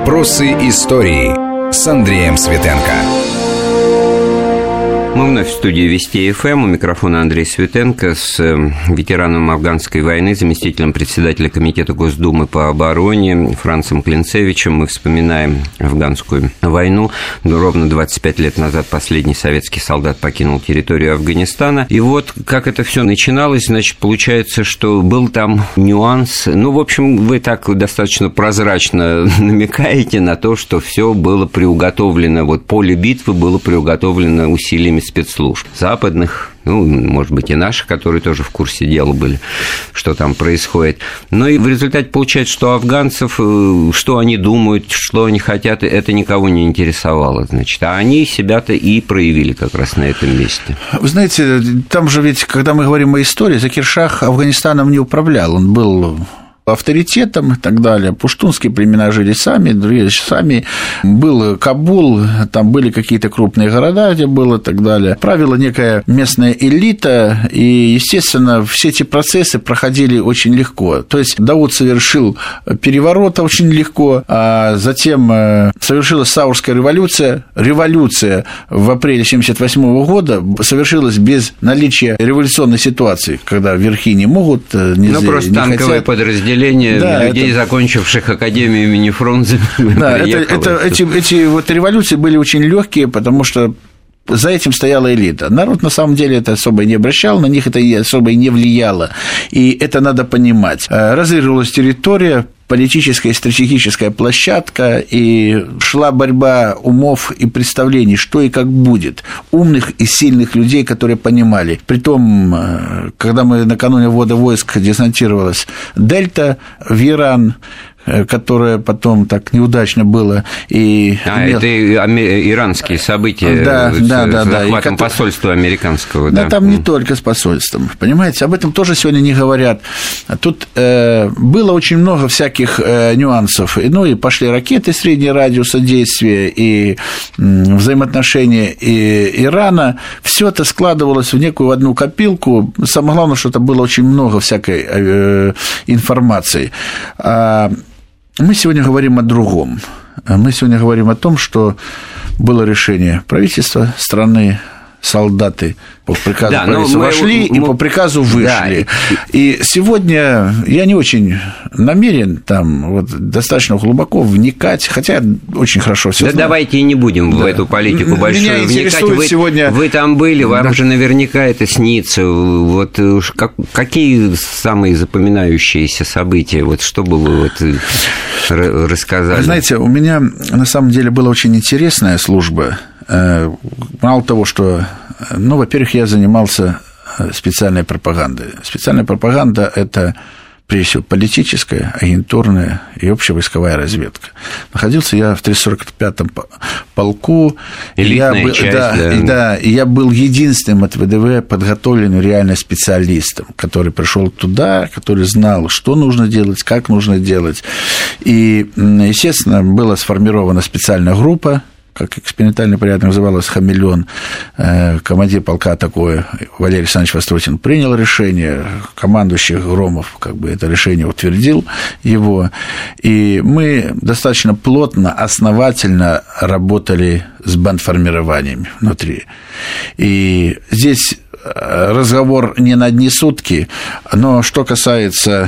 Вопросы истории с Андреем Светенко. Мы вновь в студии Вести ФМ. У микрофона Андрей Светенко с ветераном афганской войны, заместителем председателя Комитета Госдумы по обороне Францем Клинцевичем. Мы вспоминаем афганскую войну. Ровно 25 лет назад последний советский солдат покинул территорию Афганистана. И вот как это все начиналось, значит, получается, что был там нюанс. В общем, вы так достаточно прозрачно намекаете на то, что все было приуготовлено. Вот поле битвы было приуготовлено усилиями спецслужб западных, может быть, и наших, которые тоже в курсе дела были, что там происходит. Но и в результате получается, что афганцев, что они думают, что они хотят, это никого не интересовало, значит. А они себя-то и проявили как раз на этом месте. Вы знаете, там же ведь, когда мы говорим о истории, Закир Шах Афганистаном не управлял, он был авторитетом и так далее. Пуштунские племена жили сами, другие сами. Был Кабул, там были какие-то крупные города, где было и так далее. Правила некая местная элита, и, естественно, все эти процессы проходили очень легко. То есть Дауд совершил переворот очень легко, а затем совершилась Саурская революция. Революция в апреле 1978 года совершилась без наличия революционной ситуации, когда верхи не могут, просто танковое подразделение людей, закончивших Академию имени Фрунзе. Эти вот революции были очень легкие, потому что за этим стояла элита. Народ, на самом деле, это особо не обращал, на них это особо и не влияло. И это надо понимать. Разыгрывалась территория, политическая и стратегическая площадка, и шла борьба умов и представлений, что и как будет. Умных и сильных людей, которые понимали. Притом, когда мы накануне ввода войск десантировалась Дельта в Иран, которое потом так неудачно было. Это иранские события с захватом посольства американского. Да, там не только с посольством, понимаете, об этом тоже сегодня не говорят. Тут было очень много всяких нюансов. И пошли ракеты среднего радиуса действия, и взаимоотношения Ирана. Все это складывалось в некую одну копилку. Самое главное, что это было очень много всякой информации. Мы сегодня говорим о другом. Мы сегодня говорим о том, что было решение правительства страны, солдаты по приказу правительства вошли и по приказу вышли. И сегодня я не очень намерен там достаточно глубоко вникать, хотя очень хорошо все знаю. Давайте и не будем в эту политику большую вникать. Сегодня... Вы там были, вам же наверняка это снится. Вот какие самые запоминающиеся события? Вот что бы вы рассказали? Вы знаете, у меня на самом деле была очень интересная служба. Мало того, что, во-первых, я занимался специальной пропагандой. Специальная пропаганда – это, прежде всего, политическая, агентурная и общевойсковая разведка. Находился я в 345-м полку. Элитная часть, и я был единственным от ВДВ подготовленным реально специалистом, который пришел туда, который знал, что нужно делать, как нужно делать. И, естественно, была сформирована специальная группа, как экспериментальный порядок называлось, «Хамелеон», командир полка такой, Валерий Александрович Востротин, принял решение, командующий Громов это решение утвердил его, и мы достаточно плотно, основательно работали с бандформированиями внутри. И здесь разговор не на одни сутки, но что касается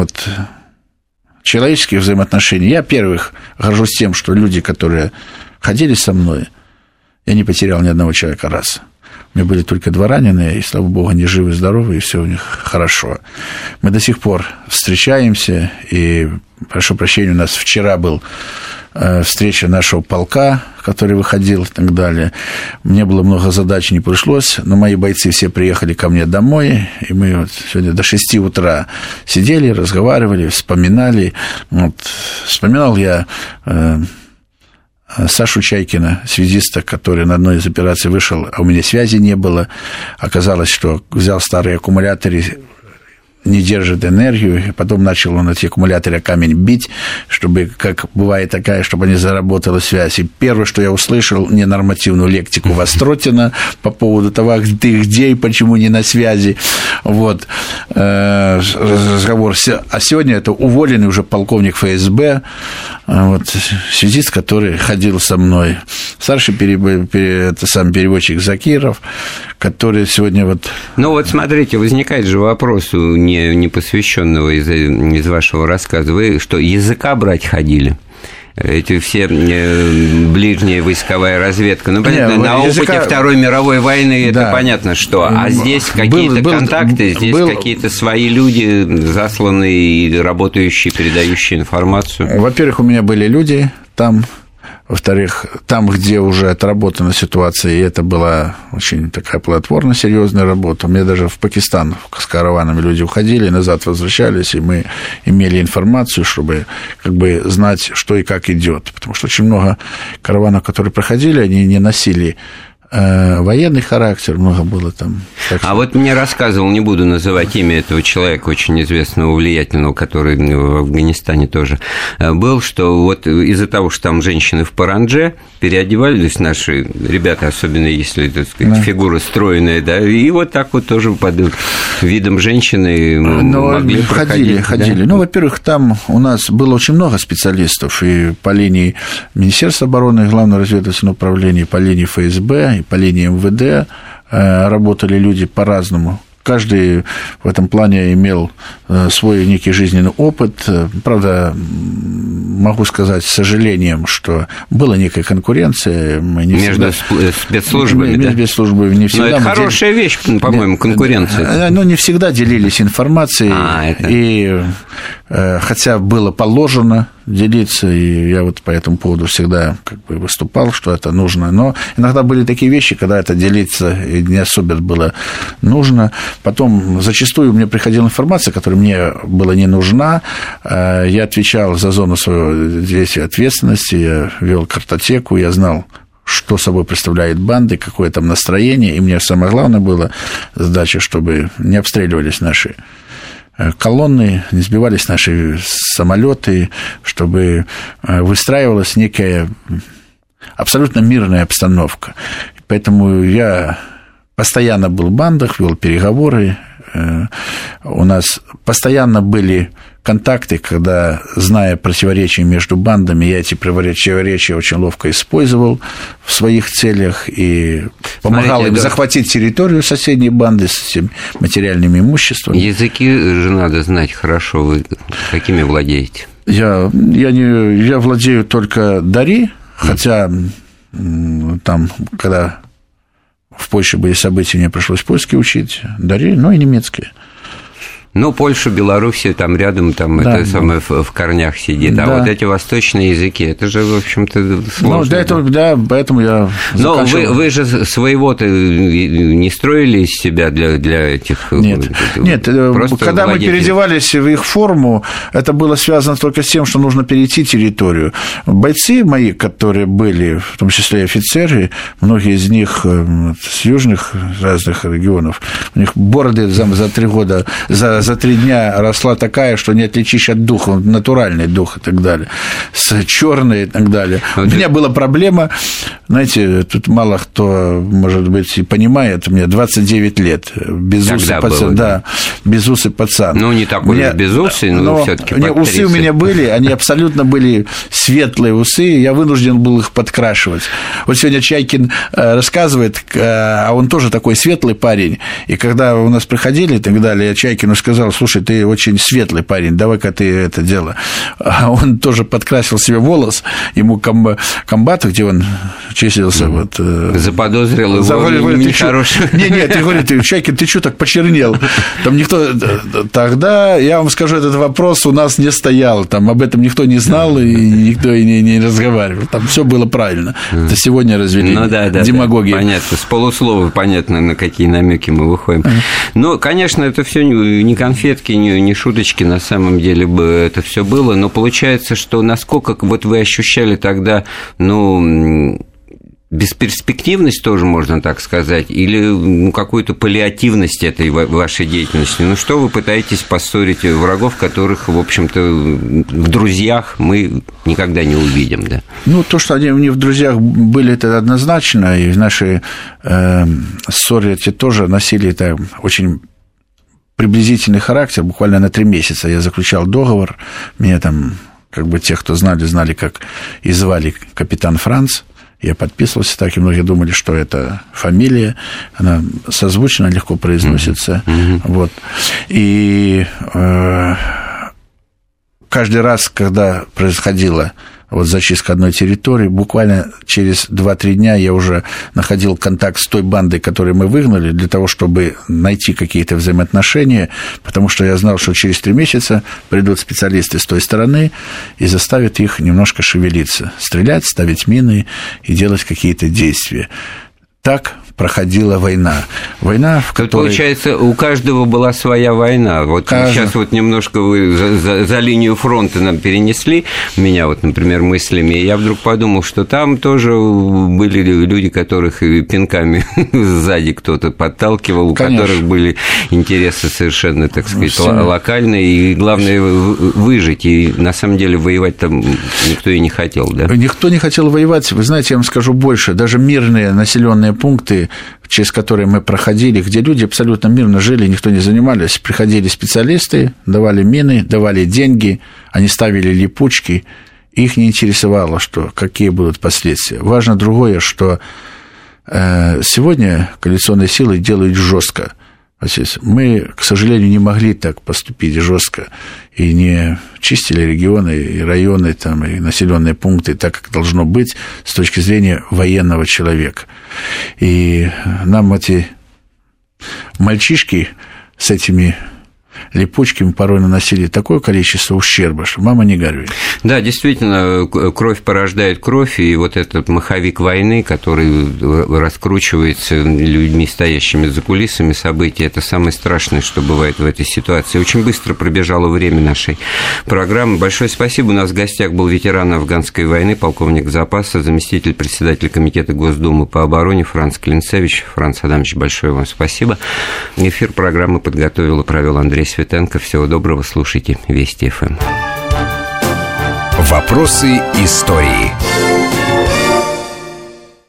человеческих взаимоотношений, я, во-первых, горжусь тем, что люди, которые ходили со мной, я не потерял ни одного человека раз. У меня были только 2 раненые, и, слава богу, они живы, здоровы, и все у них хорошо. Мы до сих пор встречаемся, и, прошу прощения, у нас вчера был встреча нашего полка, который выходил и так далее. Мне было много задач, не пришлось, но мои бойцы все приехали ко мне домой, и мы сегодня до 6 утра сидели, разговаривали, вспоминали. Вспоминал я Сашу Чайкина, связиста, который на одной из операций вышел, а у меня связи не было. Оказалось, что взял старые аккумуляторы, не держит энергию, и потом начал он эти аккумуляторы о камень бить, чтобы, как бывает такая, чтобы не заработала связь. И первое, что я услышал, ненормативную лектику Востротина по поводу того, ты где и почему не на связи. Вот. Разговор. А сегодня это уволенный уже полковник ФСБ, вот, связист, который ходил со мной. Старший переводчик Закиров, который сегодня вот... Ну вот смотрите, возникает же вопрос у не посвященного из вашего рассказа. Вы что, языка брать ходили? Эти все ближняя войсковая разведка. Ну, понятно, на опыте Второй мировой войны это понятно, что. А здесь какие-то контакты, здесь какие-то свои люди, засланные и работающие, передающие информацию. Во-первых, у меня были люди там. Во-вторых, там, где уже отработана ситуация, и это была очень такая плодотворная, серьезная работа. У меня даже в Пакистан с караванами люди уходили, назад возвращались, и мы имели информацию, чтобы как бы знать, что и как идет. Потому что очень много караванов, которые проходили, они не носили военный характер, много было там. А вот мне рассказывал, не буду называть имя этого человека, очень известного, влиятельного, который в Афганистане тоже был, что вот из-за того, что там женщины в парандже переодевались, наши ребята, особенно если, так сказать, фигура стройная, да, и вот так вот тоже под видом женщины могли проходить. Ходили. Да? Ну, во-первых, там у нас было очень много специалистов, и по линии Министерства обороны, Главного разведывательного управления, и по линии ФСБ, по линии МВД работали люди по-разному. Каждый в этом плане имел свой некий жизненный опыт. Правда, могу сказать с сожалением, что была некая конкуренция. Между спецслужбами, да? Спецслужбами не всегда. Но это хорошая вещь, по-моему, конкуренция. Но не всегда делились информацией. И хотя было положено делиться, и я вот по этому поводу всегда как бы выступал, что это нужно, но иногда были такие вещи, когда это делиться не особенно было нужно. Потом зачастую мне приходила информация, которая мне была не нужна, я отвечал за зону своего действия ответственности, я вел картотеку, я знал, что собой представляет банды, какое там настроение, и мне самое главное было задача, чтобы не обстреливались наши колонны, не сбивались наши самолеты, чтобы выстраивалась некая абсолютно мирная обстановка. Поэтому я постоянно был в бандах, вел переговоры. У нас постоянно были контакты, когда, зная противоречия между бандами, я эти противоречия очень ловко использовал в своих целях и помогал им захватить территорию соседней банды с этим материальным имуществом. Языки же надо знать хорошо. Вы какими владеете? Я владею только дари, хотя там, когда в Польше были события, мне пришлось польский учить, дари, но и немецкий. Ну, Польша, Белоруссия, там рядом, там да, это самое в корнях сидит. Да. А вот эти восточные языки, это же, в общем-то, сложно. Ну, для этого, да, поэтому я заканчивал. Но вы же своего-то не строили из себя для этих... Нет, когда мы переодевались в их форму, это было связано только с тем, что нужно перейти территорию. Бойцы мои, которые были, в том числе и офицеры, многие из них с южных разных регионов, у них бороды за 3 года, за 3 дня росла такая, что не отличишь от духа, натуральный дух и так далее, с черной и так далее. У меня была проблема, знаете, тут мало кто, может быть, и понимает, мне 29 лет, безусый пацан, да, безусый пацан. Ну, не такой уж безусый, но всё-таки усы у меня были, они абсолютно были светлые усы, я вынужден был их подкрашивать. Вот сегодня Чайкин рассказывает, а он тоже такой светлый парень, и когда у нас приходили и так далее, я Чайкину сказал: слушай, ты очень светлый парень, давай-ка ты это дело. А он тоже подкрасил себе волос, ему комбат, где он числился, вот... Заподозрил его нехорошее. Нет, говорит, Чайкин, ты что так почернел? Там никто... Тогда, я вам скажу, этот вопрос у нас не стоял, там об этом никто не знал, и никто и не разговаривал, там все было правильно. Это сегодня развели демагогию. Понятно, с полуслова понятно, на какие намеки мы выходим. Но, конечно, это все не конфетки, не шуточки, на самом деле бы это все было, но получается, что насколько вот вы ощущали тогда, ну, бесперспективность тоже, можно так сказать, или какую-то паллиативность этой вашей деятельности? Ну, что вы пытаетесь поссорить врагов, которых, в общем-то, в друзьях мы никогда не увидим, да? Ну, то, что они в друзьях были, это однозначно, и наши ссоры эти тоже носили это очень приблизительный характер. Буквально на 3 месяца я заключал договор, меня там, как бы те, кто знали, как и звали капитан Франц. Я подписывался так, и многие думали, что это фамилия, она созвучна, легко произносится. Вот. И каждый раз, когда происходила вот зачистка одной территории, буквально через 2-3 дня я уже находил контакт с той бандой, которую мы выгнали, для того, чтобы найти какие-то взаимоотношения, потому что я знал, что через 3 месяца придут специалисты с той стороны и заставят их немножко шевелиться, стрелять, ставить мины и делать какие-то действия. Так проходила война. Война, в которой... Получается, у каждого была своя война. Вот сейчас вот немножко вы за линию фронта нам перенесли, меня вот, например, мыслями, и я вдруг подумал, что там тоже были люди, которых пинками сзади кто-то подталкивал, у которых были интересы совершенно, так сказать, локальные, и главное выжить, и на самом деле воевать там никто и не хотел, да? Никто не хотел воевать. Вы знаете, я вам скажу больше, даже мирные населенные пункты, через которые мы проходили, где люди абсолютно мирно жили, никто не занимались, приходили специалисты, давали мины, давали деньги, они ставили липучки, их не интересовало, что, какие будут последствия. Важно другое, что сегодня коалиционные силы делают жестко. Мы, к сожалению, не могли так поступить жестко и не чистили регионы и районы, там, и населенные пункты так, как должно быть с точки зрения военного человека. И нам эти мальчишки с этими липучками порой наносили такое количество ущерба, что мама не горюй. Да, действительно, кровь порождает кровь, и вот этот маховик войны, который раскручивается людьми, стоящими за кулисами событий, это самое страшное, что бывает в этой ситуации. Очень быстро пробежало время нашей программы. Большое спасибо. У нас в гостях был ветеран афганской войны, полковник запаса, заместитель председателя Комитета Госдумы по обороне Франц Клинцевич. Франц Адамович, большое вам спасибо. Эфир программы подготовил и провел Андрей Светенко. Всего доброго, слушайте Вести ФМ. Вопросы истории.